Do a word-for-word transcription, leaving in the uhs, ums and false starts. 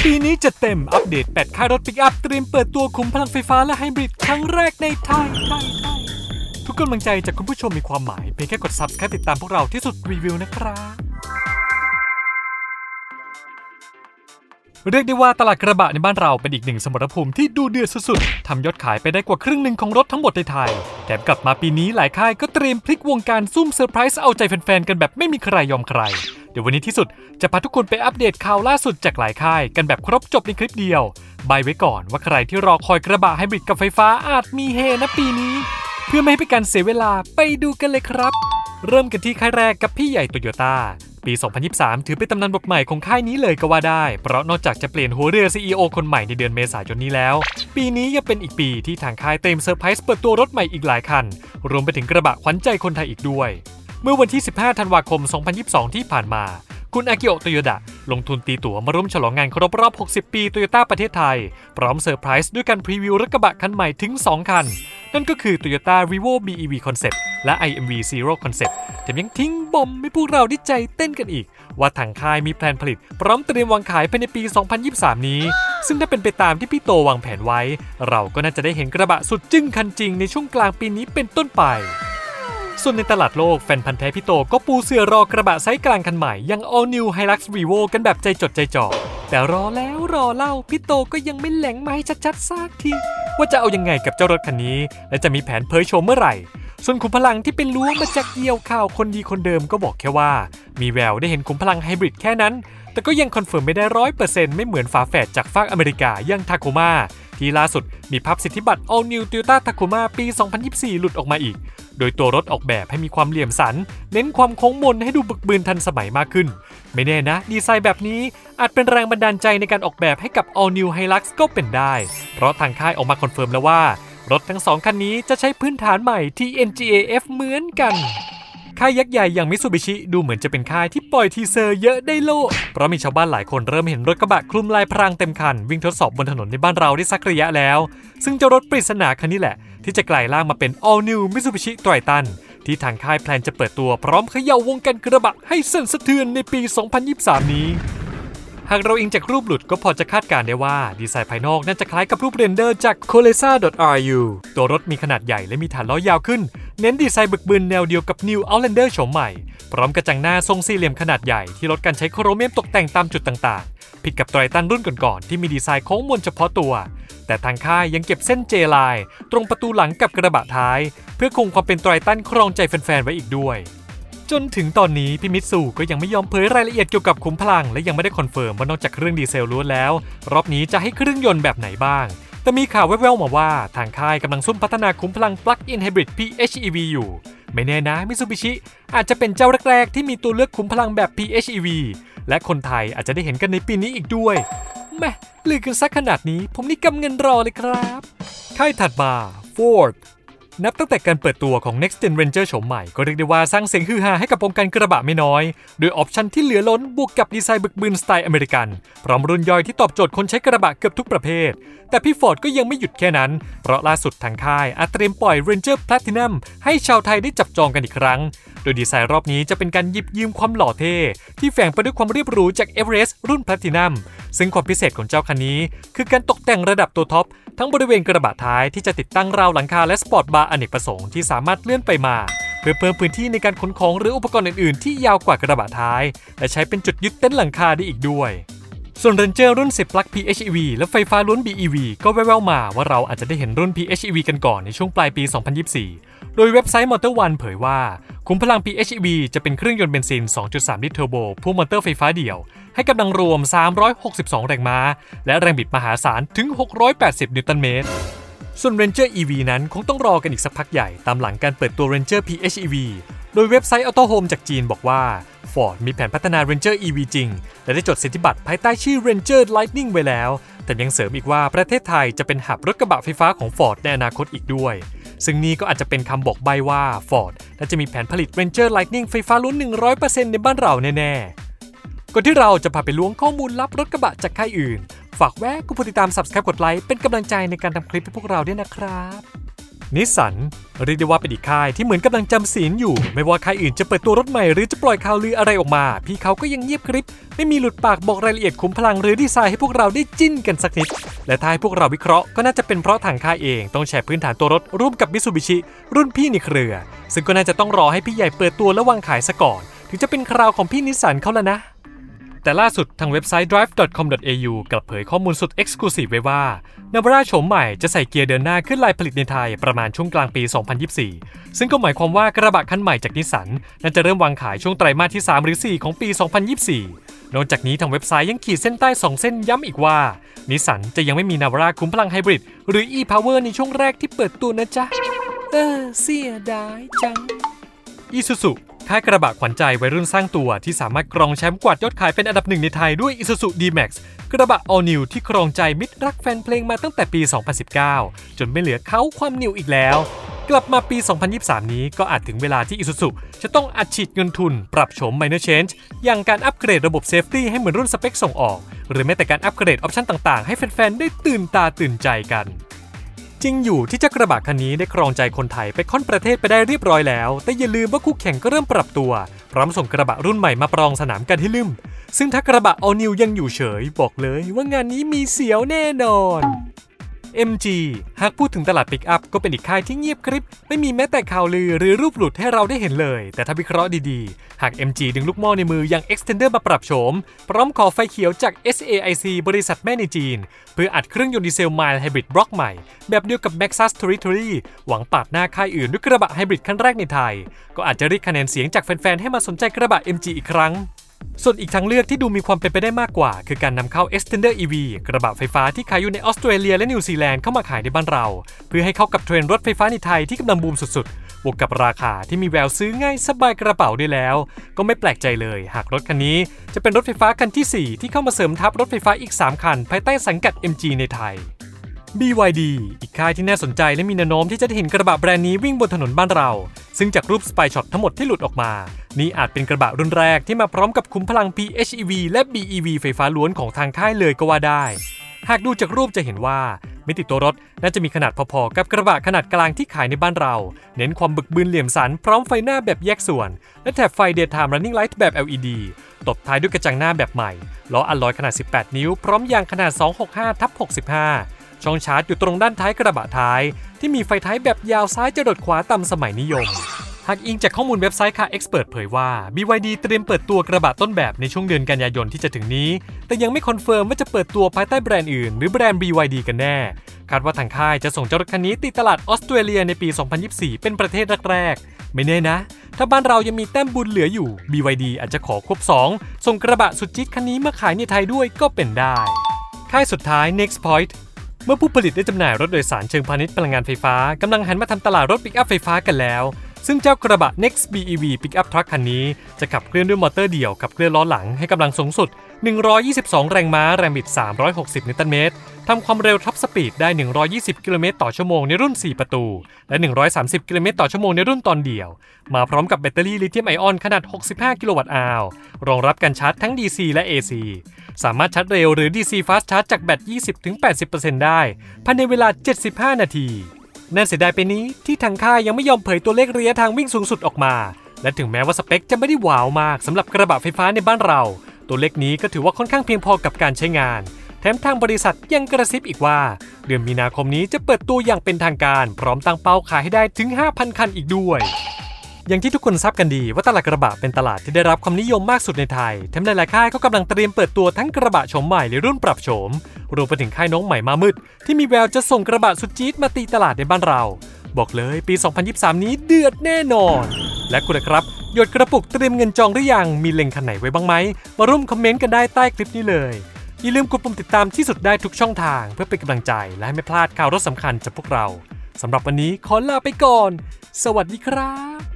ปีนี้จะเต็มอัปเดตแปดค่ายรถปิกอัพเตรียมเปิดตัวขุมพลังไฟฟ้าและไฮบริดครั้งแรกในไทยไทยไทยทุกกำลังใจจากคุณผู้ชมมีความหมายเพียงแค่กด ซับสไครบ์ ติดตามพวกเราที่สุดรีวิวนะครับเรียกได้ว่าตลาดกระบะในบ้านเราเป็นอีกหนึ่งสมรภูมิที่ดูเดือดสุดๆทำยอดขายไปได้กว่าครึ่งหนึ่งของรถทั้งหมดในไทยแถมกลับมาปีนี้หลายค่ายก็เตรียมพลิกวงการซุ่มเซอร์ไพรส์เอาใจแฟนๆกันแบบไม่มีใครยอมใครเดี๋ยววันนี้ที่สุดจะพาทุกคนไปอัปเดตข่าวล่าสุดจากหลายค่ายกันแบบครบจบในคลิปเดียวใบไว้ก่อนว่าใครที่รอคอยกระบะไฮบริดกับไฟฟ้าอาจมีเฮนะปีนี้เพื่อไม่ให้เป็นการเสียเวลาไปดูกันเลยครับเริ่มกันที่ค่ายแรกกับพี่ใหญ่โตโยต้าปี สองพันยี่สิบสาม ถือเป็นตำนานบทใหม่ของค่ายนี้เลยก็ว่าได้เพราะนอกจากจะเปลี่ยนหัวเรือ ซี อี โอ คนใหม่ในเดือนเมษายนนี้แล้วปีนี้ยังเป็นอีกปีที่ทางค่ายเตรียมเซอร์ไพรส์เปิดตัวรถใหม่อีกหลายคันรวมไปถึงกระบะขวัญใจคนไทยอีกด้วยเมื่อวันที่สิบห้าธันวาคมสองพันยี่สิบสองที่ผ่านมาคุณอากิโอะโตโยดะลงทุนตีตั๋วมาร่วมฉลองงานครบรอบหกสิบปีโตโยต้าประเทศไทยพร้อมเซอร์ไพรส์ด้วยการพรีวิวรถกระบะคันใหม่ถึงสองคันนั่นก็คือ Toyota Vivo บี อี วี Concept และ ไอ เอ็ม วี Zero Concept แถมยังทิ้งบอมให้พวกเราได้ใจเต้นกันอีกว่าทางค่ายมีแผนผลิตพร้อมเตรียมวางขายภายในปี สองพันยี่สิบสาม นี้ซึ่งถ้าเป็นไปตามที่พี่โตวางแผนไว้เราก็น่าจะได้เห็นกระบะสุดจึ้งคันจริงในช่วงกลางปีนี้เป็นต้นไปส่วนในตลาดโลกแฟนพันธุ์แท้พี่โตก็ปูเสื่อรอกระบะไซส์กลางคันใหม่ยัง All New Hilux Revo กันแบบใจจดใจจ่อแต่รอแล้วรอเล่าพี่โตก็ยังไม่แหลงมาให้ชัดๆซากทีว่าจะเอายังไงกับเจ้ารถคันนี้และจะมีแผนเผยโฉมเมื่อไหร่ส่วนขุมพลังที่เป็นล้วงมาจากเกี่ยวข่าวคนดีคนเดิมก็บอกแค่ว่ามีแววได้เห็นขุมพลังไฮบริดแค่นั้นแต่ก็ยังคอนเฟิร์มไม่ได้ ร้อยเปอร์เซ็นต์ ไม่เหมือนฝาแฝดจากฝั่งอเมริกาอย่างทาโคมาที่ล่าสุดมีภาพสิทธิบัตร All New Toyota Tacoma ปี สองพันยี่สิบสี่ หลุดออกมาอีกโดยตัวรถออกแบบให้มีความเหลี่ยมสันเน้นความโค้งมนให้ดูบึกบืนทันสมัยมากขึ้นไม่แน่นะดีไซน์แบบนี้อาจเป็นแรงบันดาลใจในการออกแบบให้กับ All New Hilux ก็เป็นได้เพราะทางค่ายออกมาคอนเฟิร์มแล้วว่ารถทั้งสองคันนี้จะใช้พื้นฐานใหม่ ที เอ็น จี เอ เอฟ เหมือนกันค่ายยักษ์ใหญ่อย่างมิตซูบิชิดูเหมือนจะเป็นค่ายที่ปล่อยทีเซอร์เยอะได้โลเพราะมีชาวบ้านหลายคนเริ่มเห็นรถกระบะคลุมลายพรางเต็มคันวิ่งทดสอบบนถนนในบ้านเราได้สักระยะแล้วซึ่งเจ้ารถปริศนาคันนี้แหละที่จะกลายร่างมาเป็น All New Mitsubishi Triton ที่ทางค่ายแพลนจะเปิดตัวพร้อมเขย่าวงการกระบะให้สั่นสะเทือนในปี สองพันยี่สิบสาม นี้หากเราอิงจากรูปหลุดก็พอจะคาดการได้ว่าดีไซน์ภายนอกน่าจะคล้ายกับรูปเรนเดอร์จาก โคเลซ่า ดอท อาร์ ยู ตัวรถมีขนาดใหญ่และมีฐานล้อยาวขึ้นเน้นดีไซน์บึกบึนแนวเดียวกับ New Outlander โฉมใหม่พร้อมกระจังหน้าทรงสี่เหลี่ยมขนาดใหญ่ที่ลดการใช้โครเมียมตกแต่งตามจุดต่างๆผิดกับไตรตันรุ่นก่อนๆที่มีดีไซน์โค้งมนเฉพาะตัวแต่ทางค่ายยังเก็บเส้นเจไลน์ตรงประตูหลังกับกระบะท้ายเพื่อคงความเป็นไตรตันครองใจแฟนๆไว้อีกด้วยจนถึงตอนนี้พี่มิตซูก็ยังไม่ยอมเผยรายละเอียดเกี่ยวกับขุมพลังและยังไม่ได้คอนเฟิร์มว่านอกจากเครื่องดีเซลล้วนแล้วรอบนี้จะให้เครื่องยนต์แบบไหนบ้างแต่มีข่าวแว่วๆมาว่าทางค่ายกำลังซุ่มพัฒนาขุมพลัง Plug-in Hybrid พี เอช อี วี อยู่ไม่แน่นะมิตซูบิชิอาจจะเป็นเจ้าแรกๆที่มีตัวเลือกขุมพลังแบบ พี เอช อี วี และคนไทยอาจจะได้เห็นกันในปีนี้อีกด้วยแม่ลือกันซักขนาดนี้ผมนี่กำเงินรอเลยครับค่ายถัดมา Fordนับตั้งแต่การเปิดตัวของ Next Gen Ranger โฉมใหม่ก็เรียกได้ว่าสร้างเสียงฮือฮาให้กับวงการกระบะไม่น้อยโดยออปชั่นที่เหลือล้นบวกกับดีไซน์บึกบึนสไตล์อเมริกันพร้อมรุ่นย่อยที่ตอบโจทย์คนใช้กระบะเกือบทุกประเภทแต่พี่ Ford ก็ยังไม่หยุดแค่นั้นเพราะล่าสุดทางค่ายอาจเตรียมปล่อย Ranger Platinum ให้ชาวไทยได้จับจองกันอีกครั้งโดยดีไซน์รอบนี้จะเป็นการหยิบยืมความหล่อเท่ที่แฝงไปด้วยความเรียบหรูจาก Everest รุ่น Platinum ซึ่งความพิเศษของเจ้าคันนี้คือการตกแต่งระดับตัวท็อปทั้งบริเวณกระบะท้ายที่จะติดตั้งราวหลังคาและสปอร์ตบาร์อเนกประสงค์ที่สามารถเลื่อนไปมาเพื่อเพิ่มพื้นที่ในการขนของหรืออุปกรณ์อื่นๆที่ยาวกว่ากระบะท้ายและใช้เป็นจุดยึดเต็นท์หลังคาได้อีกด้วยส่วน Ranger รุ่นสิบ Plug พี เอช อี วี และไฟฟ้าล้วน บี อี วี ก็แว่วๆมาว่าเราอาจจะได้เห็นรุ่น พี เอช อี วี กันก่อนในช่วงปลายปี สองพันยี่สิบสี่ โดยเว็บไซต์ Motor One เผยว่าขุมพลัง พี เอช อี วี จะเป็นเครื่องยนต์เบนซิน สองจุดสาม ลิตรเทอร์โบพ่วงมอเตอร์ไฟฟ้าเดี่ยวให้กำลังรวมสามร้อยหกสิบสองแรงม้าและแรงบิดมหาศาลถึงหกร้อยแปดสิบนิวตันเมตรส่วน Ranger อี วี นั้นคงต้องรอกันอีกสักพักใหญ่ตามหลังการเปิดตัว Ranger พี เอช อี วี โดยเว็บไซต์ Auto Home จากจีนบอกว่า Ford มีแผนพัฒนา Ranger อี วี จริงและได้จดสิทธิบัตรภายใต้ชื่อ Ranger Lightning ไว้แล้วแต่ยังเสริมอีกว่าประเทศไทยจะเป็นหับรถกระบะไฟฟ้าของ Ford ในอนาคตอีกด้วยซึ่งนี่ก็อาจจะเป็นคำบอกใบ้ว่า Ford น่าจะมีแผนผลิต Ranger Lightning ไฟฟ้าล้วน หนึ่งร้อยเปอร์เซ็นต์ ในบ้านเราแน่ๆก่อนที่เราจะพาไปล้วงข้อมูลลับรถกระบะจากค่ายอื่นฝากแวะกดติดตาม ซับสไครบ์ กดไลค์เป็นกำลังใจในการทำคลิปให้พวกเราด้วยนะครับนิสสันเรียกได้ว่าเป็นอีกค่ายที่เหมือนกำลังจำศีลอยู่ไม่ว่าค่ายอื่นจะเปิดตัวรถใหม่หรือจะปล่อยข่าวลืออะไรออกมาพี่เขาก็ยังเงียบกริบไม่มีหลุดปากบอกรายละเอียดขุมพลังหรือดีไซน์ให้พวกเราได้จิ้นกันสักนิดและถ้าให้พวกเราวิเคราะห์ก็น่าจะเป็นเพราะทางค่ายเองต้องแชร์พื้นฐานตัวรถร่วมกับมิตซูบิชิรุ่นพี่ในเครือซึ่งก็น่าจะต้องรอให้พี่ใหญ่เปิดตัวและวางขายซะก่อนถึงจะเป็นคราวของพี่นิสสันเขาแล้วนะแต่ล่าสุดทางเว็บไซต์ ไดรฟ์ ดอท คอม ดอท เอ ยู กลับเผยข้อมูลสุด Exclusive ไว้ว่า Navara โฉมใหม่จะใส่เกียร์เดินหน้าขึ้นลายผลิตในไทยประมาณช่วงกลางปี สองพันยี่สิบสี่ ซึ่งก็หมายความว่ากระบะคันใหม่จากนิสสันน่าจะเริ่มวางขายช่วงไตรมาสที่ สาม หรือ สี่ ของปี สองพันยี่สิบสี่ นอกจากนี้ทางเว็บไซต์ยังขีดเส้นใต้ สอง เส้นย้ำอีกว่านิสสันจะยังไม่มี Navara คุ้มพลังไฮบริดหรือ e-Power ในช่วงแรกที่เปิดตัวนะจ๊ะเออเสียดายจัง Isuzuค่ายกระบะขวัญใจวัยรุ่นสร้างตัวที่สามารถครองแชมป์กวาดยอดขายเป็นอันดับหนึ่งในไทยด้วย Isuzu D-Max กระบะ All New ที่ครองใจมิตรรักแฟนเพลงมาตั้งแต่ปี สองพันสิบเก้า จนไม่เหลือเขาความนิวอีกแล้วกลับมาปี สองพันยี่สิบสาม นี้ก็อาจถึงเวลาที่ Isuzu จะต้องอัดฉีดเงินทุนปรับโฉม Minor Change อย่างการอัปเกรดระบบ Safety ให้เหมือนรุ่นสเปคส่งออกหรือแม้แต่การอัปเกรดออปชั่นต่างๆให้แฟนๆได้ตื่นตาตื่นใจกันจริงอยู่ที่เจ้ากระบะคันนี้ได้ครองใจคนไทยไปค่อนประเทศไปได้เรียบร้อยแล้วแต่อย่าลืมว่าคู่แข่งก็เริ่มปรับตัวพร้อมส่งกระบะรุ่นใหม่มาปรองสนามกันให้ลืมซึ่งถ้ากระบะ All New ยังอยู่เฉยบอกเลยว่างานนี้มีเสียวแน่นอน เอ็ม จี หากพูดถึงตลาดปิกอัพก็เป็นอีกค่ายที่เงียบกริบไม่มีแม้แต่ข่าวลือหรือรูปหลุดให้เราได้เห็นเลยแต่ถ้าวิเคราะห์ดีๆหาก เอ็ม จี ดึงลูกหม้อในมืออย่าง Extender มาปรับโฉมพร้อมขอไฟเขียวจาก เอส เอ ไอ ซี บริษัทแม่ในจีนเพื่ออัดเครื่องยนต์ดีเซล Mild Hybrid บล็อกใหม่แบบเดียวกับ Maxus Territory หวังปาดหน้าค่ายอื่นด้วยกระบะไฮบริดคันแรกในไทยก็อาจจะเรียกคะแนนเสียงจากแฟนๆให้มาสนใจกระบะ เอ็ม จี อีกครั้งส่วนอีกทางเลือกที่ดูมีความเป็นไปได้มากกว่าคือการนำเข้า Extender อี วี กระบะไฟฟ้าที่ขายอยู่ในออสเตรเลียและนิวซีแลนด์เข้ามาขายในบ้านเราเพื่อให้เข้ากับเทรนด์รถไฟฟ้าในไทยที่กำลังบูมสุดๆบวกกับราคาที่มีแววซื้อง่ายสบายกระเป๋าด้วยแล้วก็ไม่แปลกใจเลยหากรถคันนี้จะเป็นรถไฟฟ้าคันที่สี่ที่เข้ามาเสริมทัพรถไฟฟ้าอีกสามคันภายใต้สังกัด เอ็ม จี ในไทย บี วาย ดี อีกค่ายที่น่าสนใจและมีแนวโน้มที่จะได้เห็นกระบะแบรนด์นี้วิ่งบนถนนบ้านเราซึ่งจากรูปสไปช็อตทั้งหมดที่หลุดออกมานี่อาจเป็นกระบะรุ่นแรกที่มาพร้อมกับขุมพลัง พี เอช อี วี และ บี อี วี ไฟฟ้าล้วนของทางค่ายเลยก็ว่าได้หากดูจากรูปจะเห็นว่ามิติตัวรถน่าจะมีขนาดพอๆกับกระบะขนาดกลางที่ขายในบ้านเราเน้นความบึกบึนเหลี่ยมสันพร้อมไฟหน้าแบบแยกส่วนและแถบไฟ Daytime Running Light แบบ แอล อี ดี ตบท้ายด้วยกระจังหน้าแบบใหม่ล้ออัลลอยขนาดสิบแปดนิ้วพร้อมยางขนาด สองหกห้า ทับ หกสิบห้า ช่องชาร์จอยู่ตรงด้านท้ายกระบะท้ายที่มีไฟท้ายแบบยาวซ้ายจรดขวาตามสมัยนิยมหากอิงจากข้อมูลเว็บไซต์ Car Expert เผยว่า บี วาย ดี เตรียมเปิดตัวกระบะต้นแบบในช่วงเดือนกันยายนที่จะถึงนี้แต่ยังไม่คอนเฟิร์มว่าจะเปิดตัวภายใต้แบรนด์อื่นหรือแบรนด์ บี วาย ดี กันแน่คาดว่าทางค่ายจะส่งเจ้ารถคันนี้ตีตลาดออสเตรเลียในปี สองพันยี่สิบสี่ เป็นประเทศแรกๆไม่แน่นะถ้าบ้านเรายังมีแต้มบุญเหลืออยู่ บี วาย ดี อาจจะขอควบสองส่งกระบะสุดจี๊ดคันนี้มาขายในไทยด้วยก็เป็นได้ค่ายสุดท้าย Next Pointเมื่อผู้ผลิตได้จำหน่ายรถโดยสารเชิงพาณิชย์พลังงานไฟฟ้ากำลังหันมาทำตลาดรถปิกอัพไฟฟ้ากันแล้วซึ่งเจ้ากระบะ Next บี อี วี Pickup Truck คันนี้จะขับเคลื่อนด้วยมอเตอร์เดี่ยวขับเคลื่อนล้อหลังให้กำลังสูงสุดหนึ่งร้อยยี่สิบสองแรงม้าแรงบิดสามร้อยหกสิบนิวตันเมตรทำความเร็วท็อปสปีดได้หนึ่งร้อยยี่สิบกิโลเมตรต่อชั่วโมงในรุ่นสี่ประตูและหนึ่งร้อยสามสิบกิโลเมตรต่อชั่วโมงในรุ่นตอนเดี่ยวมาพร้อมกับแบตเตอรี่ลิเธียมไอออนขนาดหกสิบห้ากิโลวัตต์อาวร์รองรับการชาร์จทั้ง ดี ซี และ เอ ซี สามารถชาร์จเร็วหรือ ดี ซี Fast Charge จากแบต ยี่สิบถึงแปดสิบเปอร์เซ็นต์ ได้ภายในเวลาเจ็ดสิบห้านาทีน่าเสียดายไปนี้ที่ทางค่ายยังไม่ยอมเผยตัวเลขระยะทางวิ่งสูงสุดออกมาและถึงแม้ว่าสเปคจะไม่ได้ว้าวมากสำหรับกระบะไฟฟ้าในบ้านเราตัวเลขนี้ก็ถือว่าค่อนข้างเพียงพอกับการใช้งานแถมทางบริษัทยังกระซิบอีกว่าเดือนมีนาคมนี้จะเปิดตัวอย่างเป็นทางการพร้อมตั้งเป้าขายให้ได้ถึง ห้าพัน คันอีกด้วยอย่างที่ทุกคนทราบกันดีว่าตลาดกระบะเป็นตลาดที่ได้รับความนิยมมากสุดในไทยแถมหลายๆค่ายก็กำลังเตรียมเปิดตัวทั้งกระบะโฉมใหม่หรือรุ่นปรับโฉมรวมไปถึงค่ายน้องใหม่มามืดที่มีแววจะส่งกระบะสุดจี๊ดมาตีตลาดในบ้านเราบอกเลยปี สองพันยี่สิบสาม นี้เดือดแน่นอนและคุณครับหยดกระปุกเตรียมเงินจองหรือยังมีเล็งคันไหนไว้บ้างไหมมาร่วมคอมเมนต์กันได้ใต้คลิปนี้เลยอย่าลืมกดปุ่มติดตามที่สุดได้ทุกช่องทางเพื่อเป็นกำลังใจและไม่พลาดข่าวรถสำคัญจากพวกเราสำหรับวันนี้ขอลาไปก่อนสวัสดีครับ